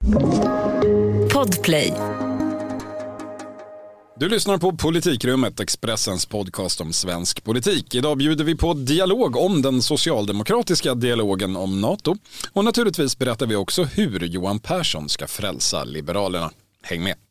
Podplay. Du lyssnar på Politikrummet, Expressens podcast om svensk politik. Idag bjuder vi på dialog om den socialdemokratiska dialogen om NATO. Och naturligtvis berättar vi också hur Johan Persson ska frälsa Liberalerna. Häng med!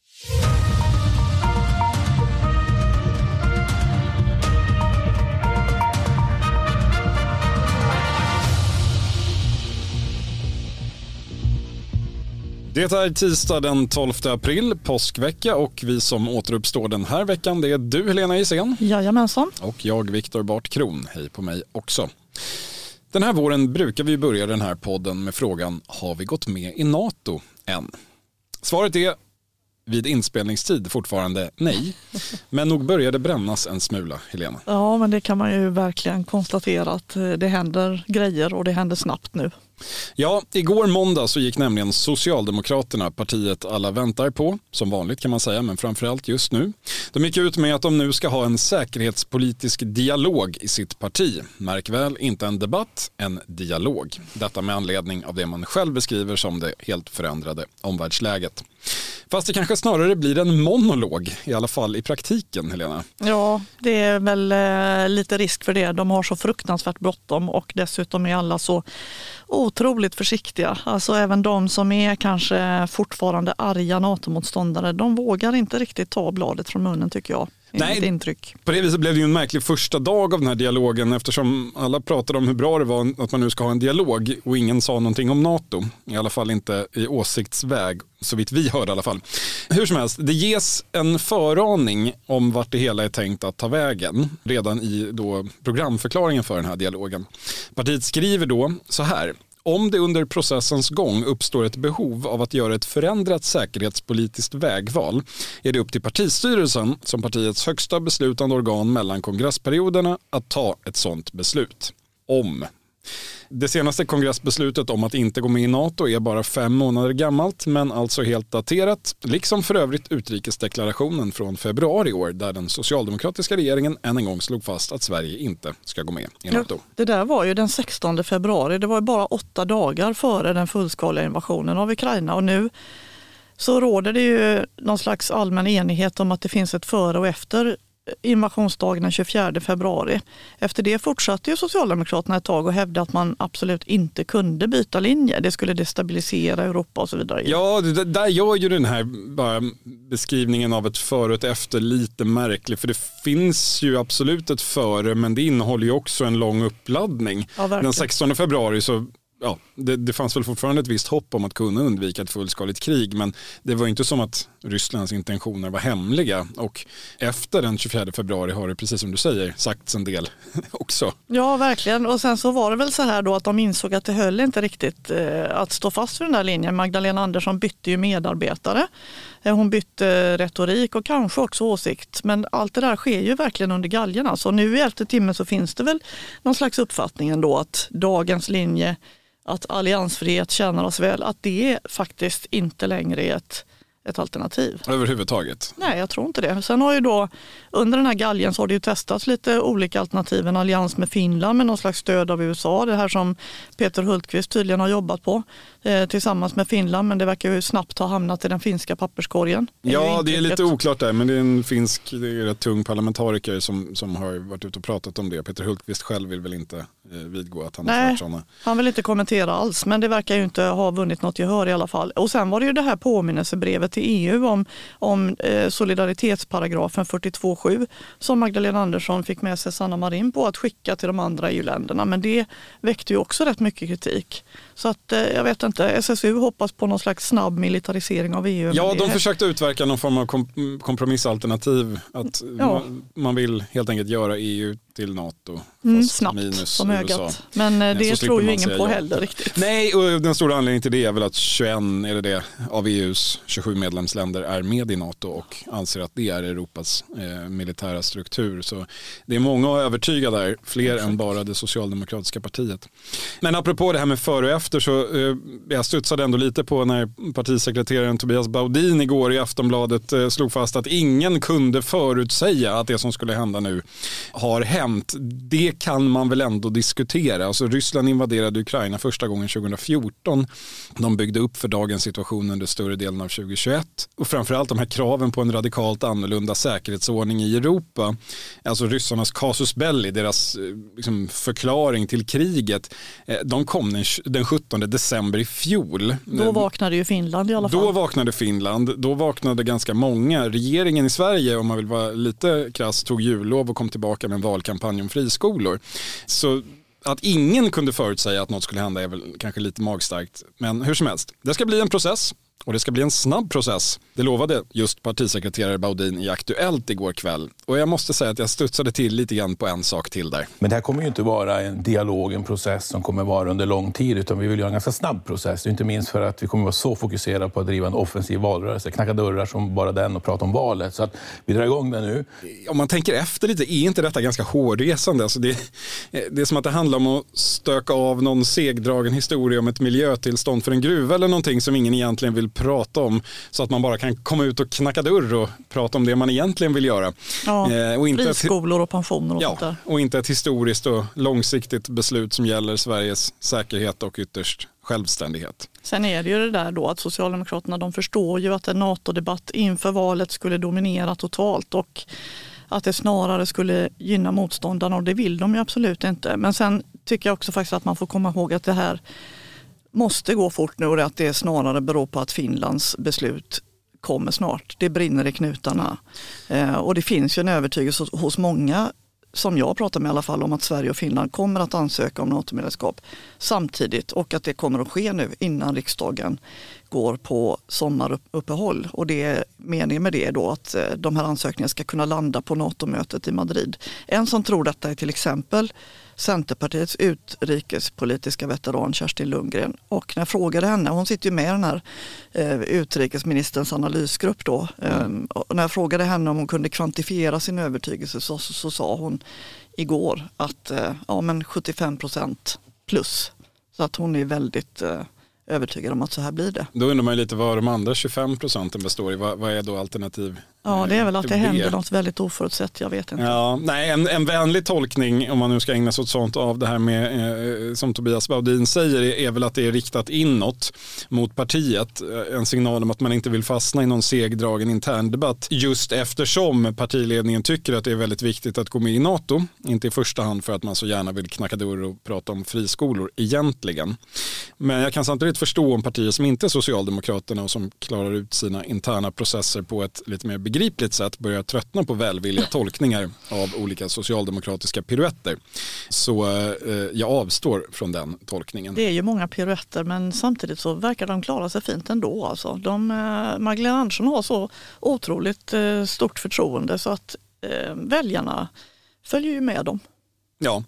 Det är tisdag den 12 april, påskvecka, och vi som återuppstår den här veckan, det är du, Helena Isén. Jajamensan. Och jag, Viktor Bart Kron. Hej på mig också. Den här våren brukar vi börja den här podden med frågan: har vi gått med i NATO än? Svaret är vid inspelningstid fortfarande nej, men nog började brännas en smula, Helena. Ja, men det kan man ju verkligen konstatera att det händer grejer och det händer snabbt nu. Ja, igår måndag så gick nämligen Socialdemokraterna, partiet alla väntar på, som vanligt kan man säga, men framförallt just nu. De gick ut med att de nu ska ha en säkerhetspolitisk dialog i sitt parti. Märk väl, inte en debatt, en dialog. Detta med anledning av det man själv beskriver som det helt förändrade omvärldsläget. Fast det kanske snarare blir en monolog, i alla fall i praktiken, Helena. Ja, det är väl lite risk för det. De har så fruktansvärt bråttom och dessutom är alla så otroligt försiktiga. Alltså även de som är kanske fortfarande arga NATO-motståndare, de vågar inte riktigt ta bladet från munnen, tycker jag. Nej, intryck. På det viset blev det ju en märklig första dag av den här dialogen, eftersom alla pratade om hur bra det var att man nu ska ha en dialog och ingen sa någonting om NATO. I alla fall inte i åsiktsväg, så vitt vi hörde i alla fall. Hur som helst, det ges en föraning om vart det hela är tänkt att ta vägen redan i då programförklaringen för den här dialogen. Partiet skriver då så här: om det under processens gång uppstår ett behov av att göra ett förändrat säkerhetspolitiskt vägval är det upp till partistyrelsen som partiets högsta beslutande organ mellan kongressperioderna att ta ett sådant beslut. Om. Det senaste kongressbeslutet om att inte gå med i NATO är bara 5 månader gammalt, men alltså helt daterat, liksom för övrigt utrikesdeklarationen från februari i år där den socialdemokratiska regeringen än en gång slog fast att Sverige inte ska gå med i NATO. Ja, det där var ju den 16 februari, det var bara 8 dagar före den fullskaliga invasionen av Ukraina, och nu så råder det ju någon slags allmän enighet om att det finns ett före och efter invasionsdagen den 24 februari. Efter det fortsatte ju Socialdemokraterna ett tag och hävdade att man absolut inte kunde byta linje. Det skulle destabilisera Europa och så vidare. Ja, där gör ju den här bara beskrivningen av ett före och ett efter lite märklig. För det finns ju absolut ett före, men det innehåller ju också en lång uppladdning. Ja, den 16 februari så ja, det fanns väl fortfarande ett visst hopp om att kunna undvika ett fullskaligt krig, men det var inte som att Rysslands intentioner var hemliga, och efter den 24 februari har det, precis som du säger, sagts en del också. Ja, verkligen. Och sen så var det väl så här då att de insåg att det höll inte riktigt att stå fast för den där linjen. Magdalena Andersson bytte ju medarbetare. Hon bytte retorik och kanske också åsikt, men allt det där sker ju verkligen under galgen. Så nu i 11:e timmen så finns det väl någon slags uppfattning ändå att dagens linje, att alliansfrihet tjänar oss väl, att det faktiskt inte längre är ett alternativ. Överhuvudtaget? Nej, jag tror inte det. Sen har ju då under den här galgen så har det ju testats lite olika alternativ. En allians med Finland med någon slags stöd av USA. Det här som Peter Hultqvist tydligen har jobbat på tillsammans med Finland, men det verkar ju snabbt ha hamnat i den finska papperskorgen. Ja, det är lite oklart där, men det är en finsk, det är rätt tung parlamentariker som har varit ute och pratat om det. Peter Hultqvist själv vill väl inte vidgå att han har fört sådana. Han vill inte kommentera alls, men det verkar ju inte ha vunnit något gehör i alla fall. Och sen var det ju det här påminnelsebrevet till EU om solidaritetsparagrafen 42.7 som Magdalena Andersson fick med sig Sanna Marin på att skicka till de andra EU-länderna, men det väckte ju också rätt mycket kritik. Så att jag vet inte, SSU hoppas på någon slags snabb militarisering av EU. Ja, de försökte utverka någon form av kompromissalternativ, att man vill helt enkelt göra EU till NATO. Snabbt minus som ögat. USA. Men det tror ju ingen på heller riktigt. Nej, och den stora anledningen till det är väl att 21 är det av EUs 27 medlemsländer är med i NATO och anser att det är Europas militära struktur. Så det är många att övertyga där, fler än bara det socialdemokratiska partiet. Men apropå det här med före och efter, så jag studsade ändå lite på när partisekreteraren Tobias Baudin igår i Aftonbladet slog fast att ingen kunde förutsäga att det som skulle hända nu har hänt. hänt, det kan man väl ändå diskutera. Alltså Ryssland invaderade Ukraina första gången 2014. De byggde upp för dagens situation under större delen av 2021. Och framförallt de här kraven på en radikalt annorlunda säkerhetsordning i Europa. Alltså ryssarnas casus belli, deras liksom, förklaring till kriget. De kom den 17 december i fjol. Då vaknade ju Finland i alla fall. Då vaknade Finland. Då vaknade ganska många. Regeringen i Sverige, om man vill vara lite krass, tog jullov och kom tillbaka med en valkampanj om friskolor. Så att ingen kunde förutsäga att något skulle hända är väl kanske lite magstarkt. Men hur som helst, det ska bli en process. Och det ska bli en snabb process. Det lovade just partisekreterare Baudin i Aktuellt igår kväll. Och jag måste säga att jag studsade till lite grann på en sak till där. Men det här kommer ju inte vara en dialog, en process som kommer vara under lång tid, utan vi vill göra en ganska snabb process. Inte minst för att vi kommer vara så fokuserade på att driva en offensiv valrörelse. Knacka dörrar som bara den och prata om valet. Så att vi drar igång det nu. Om man tänker efter lite, är inte detta ganska hårresande? Alltså det är som att det handlar om att stöka av någon segdragen historia om ett miljötillstånd för en gruva eller någonting som ingen egentligen vill prata om, så att man bara kan komma ut och knacka dörr och prata om det man egentligen vill göra. Ja, och inte friskolor och pensioner och sånt där. Och inte ett historiskt och långsiktigt beslut som gäller Sveriges säkerhet och ytterst självständighet. Sen är det ju det där då att Socialdemokraterna, de förstår ju att en NATO-debatt inför valet skulle dominera totalt och att det snarare skulle gynna motståndarna, och det vill de ju absolut inte. Men sen tycker jag också faktiskt att man får komma ihåg att det här måste gå fort nu, och att det snarare beror på att Finlands beslut kommer snart. Det brinner i knutarna. Och det finns ju en övertygelse hos många, som jag pratar med i alla fall, om att Sverige och Finland kommer att ansöka om NATO-medlemskap samtidigt, och att det kommer att ske nu innan riksdagen går på sommaruppehåll. Och det är meningen med det då att de här ansökningarna ska kunna landa på NATO-mötet i Madrid. En som tror detta är till exempel Centerpartiets utrikespolitiska veteran Kerstin Lundgren. Och när jag frågade henne, hon sitter ju med i den här utrikesministerns analysgrupp då. Och när jag frågade henne om hon kunde kvantifiera sin övertygelse så sa hon igår att 75% plus. Så att hon är väldigt övertygad om att så här blir det. Då undrar man lite vad de andra 25% består i. Vad är då alternativ? Ja, det är väl att det händer något väldigt oförutsett, jag vet inte. Ja, nej, en vänlig tolkning, om man nu ska ägna sig åt sånt, av det här med, som Tobias Baudin säger, är väl att det är riktat inåt mot partiet. En signal om att man inte vill fastna i någon segdragen intern debatt, just eftersom partiledningen tycker att det är väldigt viktigt att gå med i NATO. Inte i första hand för att man så gärna vill knacka dörr och prata om friskolor egentligen. Men jag kan samtidigt förstå om partier som inte är Socialdemokraterna och som klarar ut sina interna processer på ett lite mer begripligt sätt börjar tröttna på välvilliga tolkningar av olika socialdemokratiska piruetter. Så jag avstår från den tolkningen. Det är ju många piruetter, men samtidigt så verkar de klara sig fint ändå. Alltså. Magdalena Andersson har så otroligt stort förtroende så att väljarna följer ju med dem. Ja,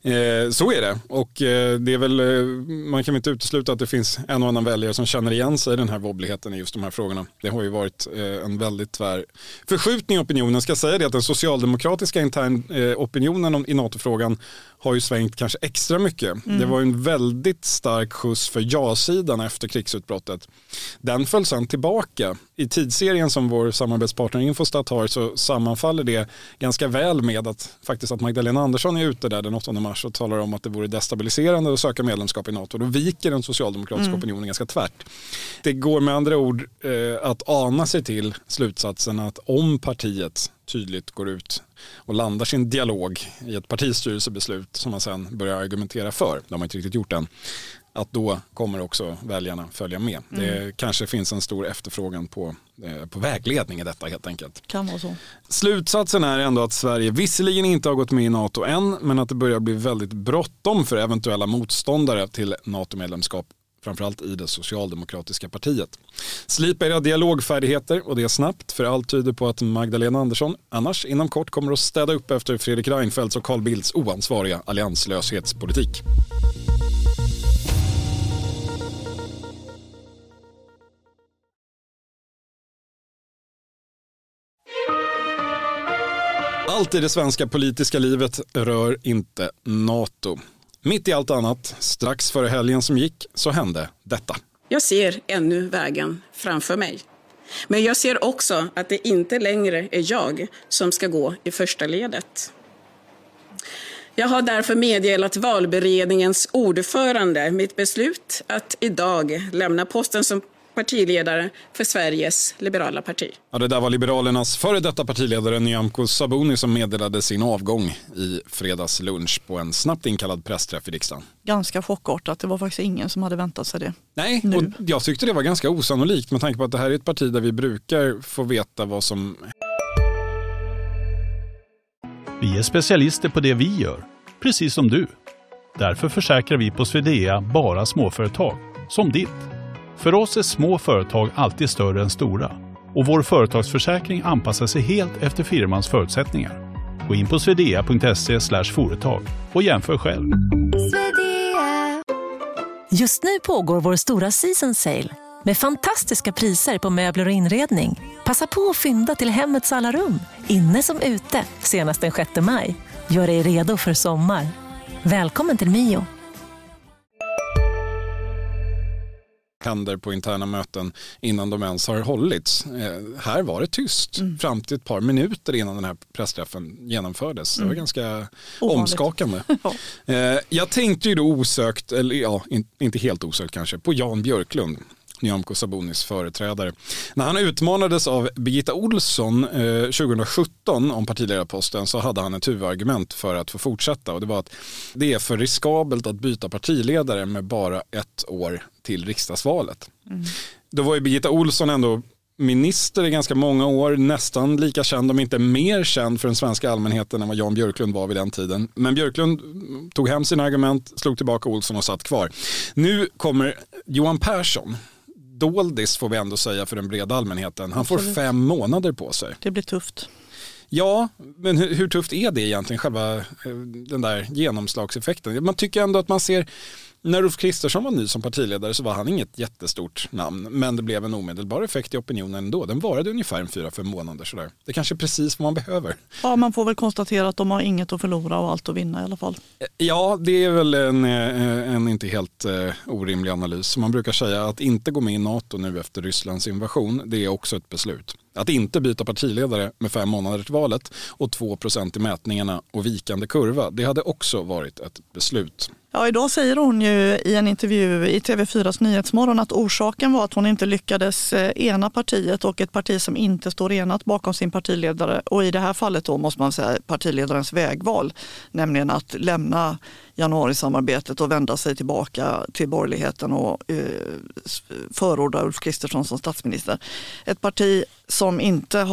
så är det. Och det är väl, man kan inte utesluta att det finns en och annan väljare som känner igen sig i den här vobbligheten i just de här frågorna. Det har ju varit en väldigt tvär förskjutning i opinionen. Ska säga det att den socialdemokratiska intern opinionen i NATO-frågan har ju svängt kanske extra mycket. Det var en väldigt stark skjuts för ja-sidan efter krigsutbrottet. Den föll sedan tillbaka. I tidsserien som vår samarbetspartner Infostat har så sammanfaller det ganska väl med att faktiskt att Magdalena Andersson är ute där den 8 mars och talar om att det vore destabiliserande att söka medlemskap i NATO. Då viker den socialdemokratiska opinionen ganska tvärt. Det går med andra ord att ana sig till slutsatsen att om partiet tydligt går ut och landar sin dialog i ett partistyrelsebeslut som man sen börjar argumentera för, de har inte riktigt gjort den, att då kommer också väljarna följa med. Det kanske finns en stor efterfrågan på vägledning i detta helt enkelt. Kan vara så. Slutsatsen är ändå att Sverige visserligen inte har gått med i NATO än, men att det börjar bli väldigt bråttom för eventuella motståndare till NATO-medlemskap, framförallt i det socialdemokratiska partiet. Slipa era dialogfärdigheter, och det är snabbt, för allt tyder på att Magdalena Andersson annars inom kort kommer att städa upp efter Fredrik Reinfeldts och Carl Bildts oansvariga allianslöshetspolitik. Allt i det svenska politiska livet rör inte NATO. Mitt i allt annat, strax före helgen som gick, så hände detta. Jag ser ännu vägen framför mig. Men jag ser också att det inte längre är jag som ska gå i första ledet. Jag har därför meddelat valberedningens ordförande mitt beslut att idag lämna posten som partiledare för Sveriges liberala parti. Ja, det där var Liberalernas före detta partiledare Nyamko Sabuni som meddelade sin avgång i fredags lunch på en snabbt inkallad pressträff i riksdagen. Ganska chockartat, det var faktiskt ingen som hade väntat sig det. Nej, och jag tyckte det var ganska osannolikt med tanke på att det här är ett parti där vi brukar få veta vad som... Vi är specialister på det vi gör, precis som du. Därför försäkrar vi på Swedea bara småföretag, som ditt. För oss är små företag alltid större än stora. Och vår företagsförsäkring anpassar sig helt efter firmans förutsättningar. Gå in på swedea.se/företag och jämför själv. Just nu pågår vår stora season sale med fantastiska priser på möbler och inredning. Passa på att fynda till hemmets alla rum, inne som ute, senast den 6 maj. Gör dig redo för sommar. Välkommen till Mio. Händer på interna möten innan de ens har hållits. Här var det tyst fram till ett par minuter innan den här pressträffen genomfördes. Det var ganska omskakande. Jag tänkte ju då osökt, eller ja, inte helt osökt kanske, på Jan Björklund, Nyamko Sabunis företrädare. När han utmanades av Birgitta Ohlsson 2017 om partiledarposten så hade han ett huvudargument för att få fortsätta, och det var att det är för riskabelt att byta partiledare med bara ett år till riksdagsvalet. Då var ju Birgitta Ohlsson ändå minister i ganska många år, nästan lika känd om inte mer känd för den svenska allmänheten än vad Jan Björklund var vid den tiden. Men Björklund tog hem sina argument, slog tillbaka Ohlsson och satt kvar. Nu kommer Johan Persson, doldis får vi ändå säga för den breda allmänheten. Han får 5 månader på sig. Det blir tufft. Ja, men hur tufft är det egentligen, själva den där genomslagseffekten? Man tycker ändå att man ser, när Ulf Kristersson var ny som partiledare så var han inget jättestort namn, men det blev en omedelbar effekt i opinionen ändå. Den varade ungefär 4-5 månader sådär. Det är kanske precis vad man behöver. Ja, man får väl konstatera att de har inget att förlora och allt att vinna i alla fall. Ja, det är väl en inte helt orimlig analys. Man brukar säga att inte gå med i NATO nu efter Rysslands invasion, det är också ett beslut. Att inte byta partiledare med 5 månader till valet och 2% i mätningarna och vikande kurva, det hade också varit ett beslut. Ja, idag säger hon ju i en intervju i TV4s Nyhetsmorgon att orsaken var att hon inte lyckades ena partiet och ett parti som inte står enat bakom sin partiledare. Och i det här fallet då måste man säga partiledarens vägval, nämligen att lämna januarisamarbetet och vända sig tillbaka till borgerligheten och förorda Ulf Kristersson som statsminister. Ett parti som inte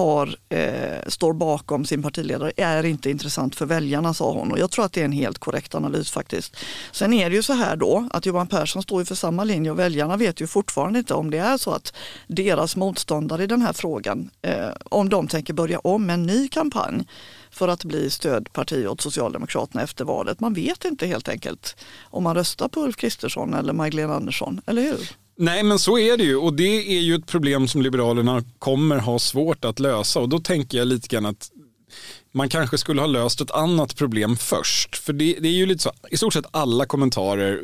står bakom sin partiledare är inte intressant för väljarna, sa hon. Och jag tror att det är en helt korrekt analys faktiskt. Sen är det ju så här då att Johan Persson står ju för samma linje och väljarna vet ju fortfarande inte om det är så att deras motståndare i den här frågan, om de tänker börja om en ny kampanj för att bli stödparti åt Socialdemokraterna efter valet. Man vet inte helt enkelt om man röstar på Ulf Kristersson eller Magdalena Andersson, eller hur? Nej, men så är det ju, och det är ju ett problem som Liberalerna kommer ha svårt att lösa, och då tänker jag lite grann att man kanske skulle ha löst ett annat problem först. För det är ju lite så, i stort sett alla kommentarer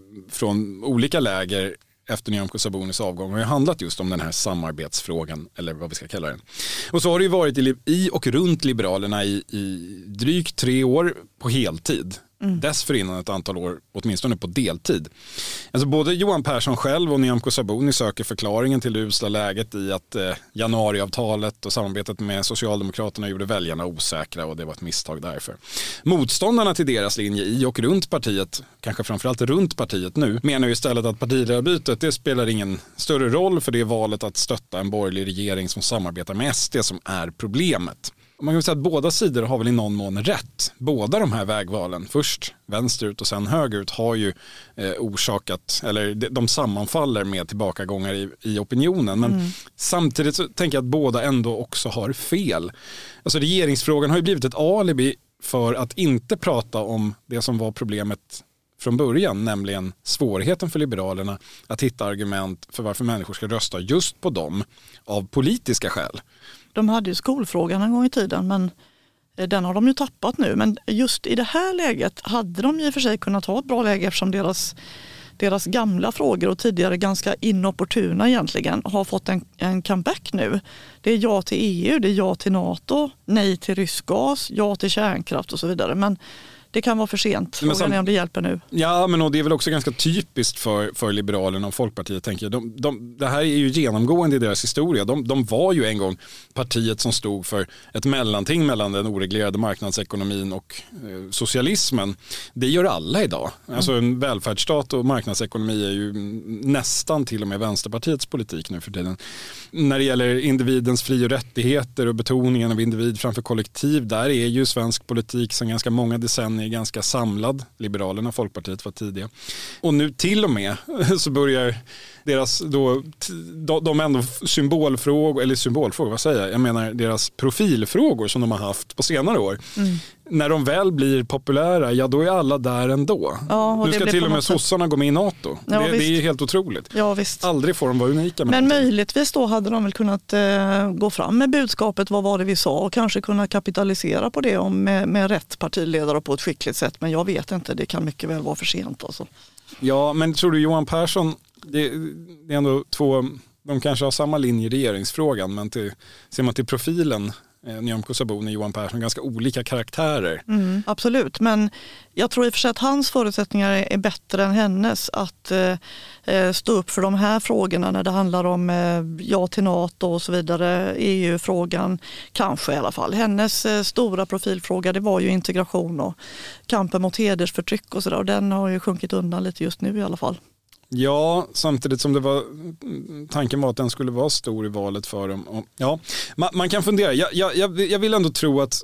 från olika läger efter Nyamko Sabunis avgång har ju handlat just om den här samarbetsfrågan, eller vad vi ska kalla den. Och så har det ju varit i och runt Liberalerna i drygt 3 år på heltid. Dessförinnan ett antal år åtminstone på deltid. Alltså både Johan Persson själv och Nyamko Sabuni söker förklaringen till det usla läget i att januariavtalet och samarbetet med Socialdemokraterna gjorde väljarna osäkra, och det var ett misstag därför. Motståndarna till deras linje i och runt partiet, kanske framförallt runt partiet nu, menar ju istället att partiledarbytet det spelar ingen större roll, för det är valet att stötta en borgerlig regering som samarbetar med SD som är problemet. Man kan säga att båda sidor har väl i någon mån rätt. Båda de här vägvalen, först vänsterut och sen högerut, har ju orsakat, eller de sammanfaller med tillbakagångar i opinionen. Men samtidigt så tänker jag att båda ändå också har fel. Alltså regeringsfrågan har ju blivit ett alibi för att inte prata om det som var problemet från början, nämligen svårigheten för Liberalerna att hitta argument för varför människor ska rösta just på dem av politiska skäl. De hade ju skolfrågan en gång i tiden, men den har de ju tappat nu. Men just i det här läget hade de i och för sig kunnat ha ett bra läge, eftersom deras gamla frågor och tidigare ganska inopportuna egentligen har fått en comeback nu. Det är ja till EU, det är ja till NATO, nej till rysk gas, ja till kärnkraft och så vidare. Men det kan vara för sent. Frågan är om det hjälper nu. Ja, men det är väl också ganska typiskt för Liberalerna och Folkpartiet, tänker jag. Det här är ju genomgående i deras historia. De var ju en gång partiet som stod för ett mellanting mellan den oreglerade marknadsekonomin och socialismen. Det gör alla idag. Alltså en välfärdsstat och marknadsekonomi är ju nästan till och med Vänsterpartiets politik nu för tiden. När det gäller individens fri- och rättigheter och betoningen av individ framför kollektiv, där är ju svensk politik sedan ganska många decennier ganska samlad. Liberalerna och Folkpartiet var tidiga. Och nu till och med så börjar deras de ändå symbolfrågor, vad säger jag? Jag menar deras profilfrågor som de har haft på senare år. När de väl blir populära, ja då är alla där ändå. Ja, nu ska till och med sossarna gå med i NATO. Ja, det är helt otroligt. Ja, visst. Aldrig får de vara unika. Men möjligtvis då hade de väl kunnat gå fram med budskapet, vad var det vi sa, och kanske kunna kapitalisera på det med rätt partiledare på ett skickligt sätt. Men jag vet inte, det kan mycket väl vara för sent. Alltså. Ja, men tror du Johan Persson, det är ändå två, de kanske har samma linje i regeringsfrågan, men ser man till profilen, Nyamko Sabuni och Johan Persson, ganska olika karaktärer. Absolut, men jag tror i och för sig att hans förutsättningar är bättre än hennes att stå upp för de här frågorna när det handlar om ja till NATO och så vidare, EU-frågan kanske i alla fall. Hennes stora profilfråga, det var ju integration och kampen mot hedersförtryck och sådär, och den har ju sjunkit undan lite just nu i alla fall. Ja, samtidigt som tanken var att den skulle vara stor i valet för dem. Och, ja, man kan fundera. Jag vill ändå tro att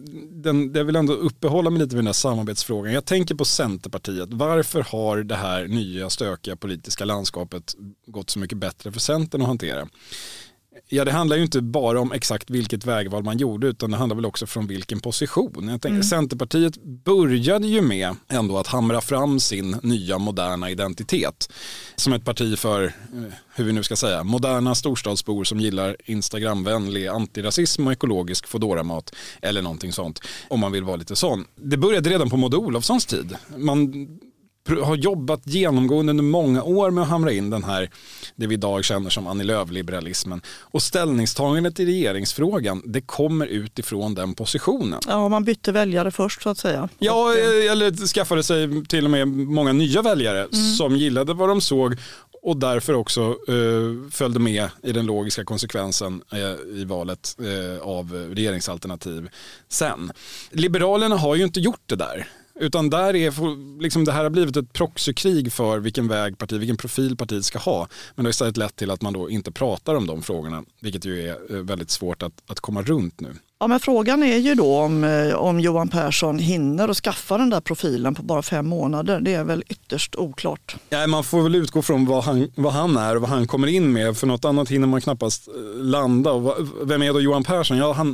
jag vill ändå uppehålla mig lite vid den här samarbetsfrågan. Jag tänker på Centerpartiet. Varför har det här nya stökiga politiska landskapet gått så mycket bättre för Centern att hantera? Ja, det handlar ju inte bara om exakt vilket vägval man gjorde, utan det handlar väl också från vilken position. Jag tänker, Centerpartiet började ju med ändå att hamra fram sin nya moderna identitet som ett parti för, hur vi nu ska säga, moderna storstadsbor som gillar Instagramvänlig antirasism och ekologisk foodora-mat eller någonting sånt, om man vill vara lite sån. Det började redan på Maud Olofssons tid. Man har jobbat genomgående under många år med att hamra in den här, det vi idag känner som Annie Lööf-liberalismen. Och ställningstagandet i regeringsfrågan, det kommer utifrån den positionen. Ja, man bytte väljare först så att säga. Ja, eller skaffade sig till och med många nya väljare som gillade vad de såg och därför också följde med i den logiska konsekvensen i valet av regeringsalternativ sen. Liberalerna har ju inte gjort det där. Utan där är liksom, det här har blivit ett proxykrig för vilken profil partiet ska ha. Men det har istället lett till att man då inte pratar om de frågorna, vilket ju är väldigt svårt att komma runt nu. Ja, men frågan är ju då om Johan Persson hinner att skaffa den där profilen på bara 5 månader. Det är väl ytterst oklart. Ja, man får väl utgå från vad han är och vad han kommer in med. För något annat hinner man knappast landa. Och vem är då Johan Persson? Ja,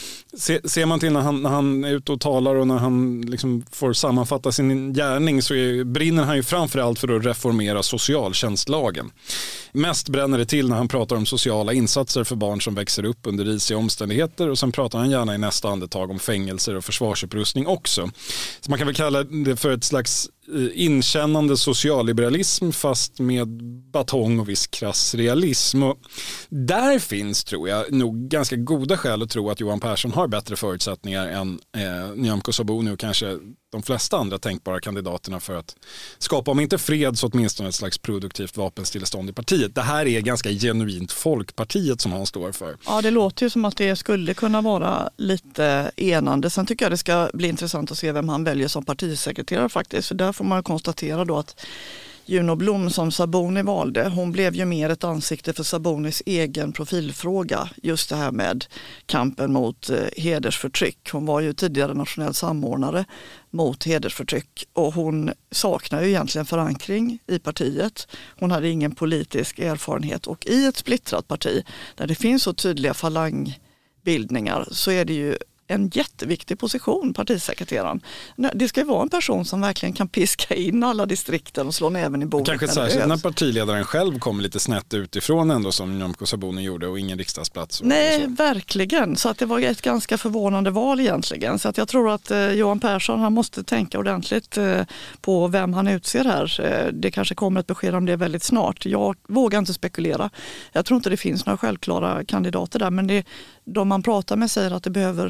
ser man till när han är ute och talar och när han liksom får sammanfatta sin gärning så brinner han ju framförallt för att reformera socialtjänstlagen. Mest bränner det till när han pratar om sociala insatser för barn som växer upp under risiga omständigheter, och sen pratar han gärna i nästa andetag om fängelser och försvarsupprustning också. Så man kan väl kalla det för ett slags inkännande socialliberalism fast med batong och viss krass realism. Och där finns, tror jag, nog ganska goda skäl att tro att Johan Persson har bättre förutsättningar än Nyamko Sabuni och kanske de flesta andra tänkbara kandidaterna för att skapa, om inte fred så åtminstone ett slags produktivt vapenstillestånd i partiet. Det här är ganska genuint Folkpartiet som han står för. Ja, det låter ju som att det skulle kunna vara lite enande. Sen tycker jag det ska bli intressant att se vem han väljer som partisekreterare faktiskt. För där får man konstatera då att Juno Blom som Sabuni valde, hon blev ju mer ett ansikte för Sabunis egen profilfråga. Just det här med kampen mot hedersförtryck. Hon var ju tidigare nationell samordnare mot hedersförtryck och hon saknar ju egentligen förankring i partiet. Hon hade ingen politisk erfarenhet, och i ett splittrat parti där det finns så tydliga falangbildningar så är det ju en jätteviktig position, partisekreteraren. Det ska ju vara en person som verkligen kan piska in alla distrikten och slå näven i bordet. Kanske särskilt när partiledaren själv kom lite snett utifrån ändå, som Nyamko Sabuni gjorde, och ingen riksdagsplats. Nej, verkligen. Så att det var ett ganska förvånande val egentligen. Så att jag tror att Johan Persson, han måste tänka ordentligt på vem han utser här. Det kanske kommer ett besked om det väldigt snart. Jag vågar inte spekulera. Jag tror inte det finns några självklara kandidater där, men de man pratar med säger att det behöver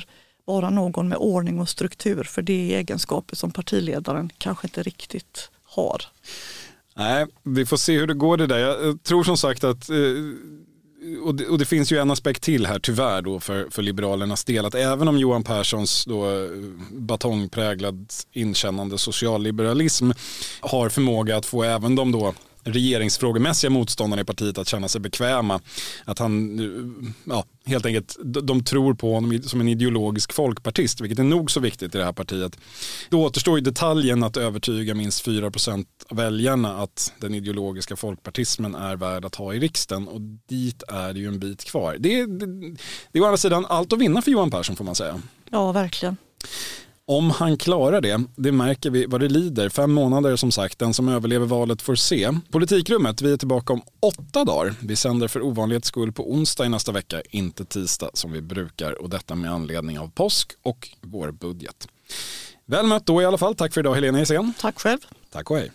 vara någon med ordning och struktur, för det är egenskaper som partiledaren kanske inte riktigt har. Nej, vi får se hur det går det där. Jag tror som sagt att, och det finns ju en aspekt till här tyvärr då för Liberalernas del, att även om Johan Perssons då batongpräglad inkännande socialliberalism har förmåga att få även de då regeringsfrågemässiga motståndarna i partiet att känna sig bekväma, att han, ja, helt enkelt, de tror på honom som en ideologisk folkpartist, vilket är nog så viktigt i det här partiet. Då återstår ju detaljen att övertyga minst 4% av väljarna att den ideologiska folkpartismen är värd att ha i riksdagen, och dit är det ju en bit kvar. Det är å andra sidan allt att vinna för Johan Persson, får man säga. Ja, verkligen. Om han klarar det märker vi vad det lider. 5 månader som sagt, den som överlever valet får se. Politikrummet, vi är tillbaka om 8 dagar. Vi sänder för ovanlighets skull på onsdag i nästa vecka, inte tisdag som vi brukar. Och detta med anledning av påsk och vår budget. Väl mött då i alla fall. Tack för idag Helena Hisén. Tack själv. Tack och hej.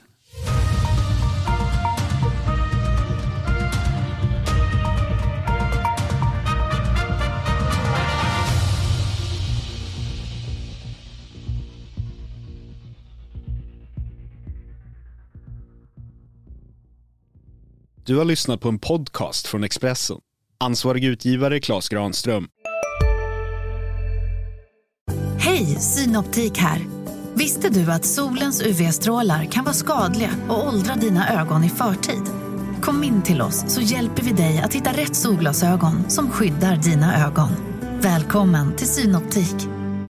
Du har lyssnat på en podcast från Expressen. Ansvarig utgivare Claes Granström. Hej, Synoptik här. Visste du att solens UV-strålar kan vara skadliga och åldra dina ögon i förtid? Kom in till oss så hjälper vi dig att hitta rätt solglasögon som skyddar dina ögon. Välkommen till Synoptik.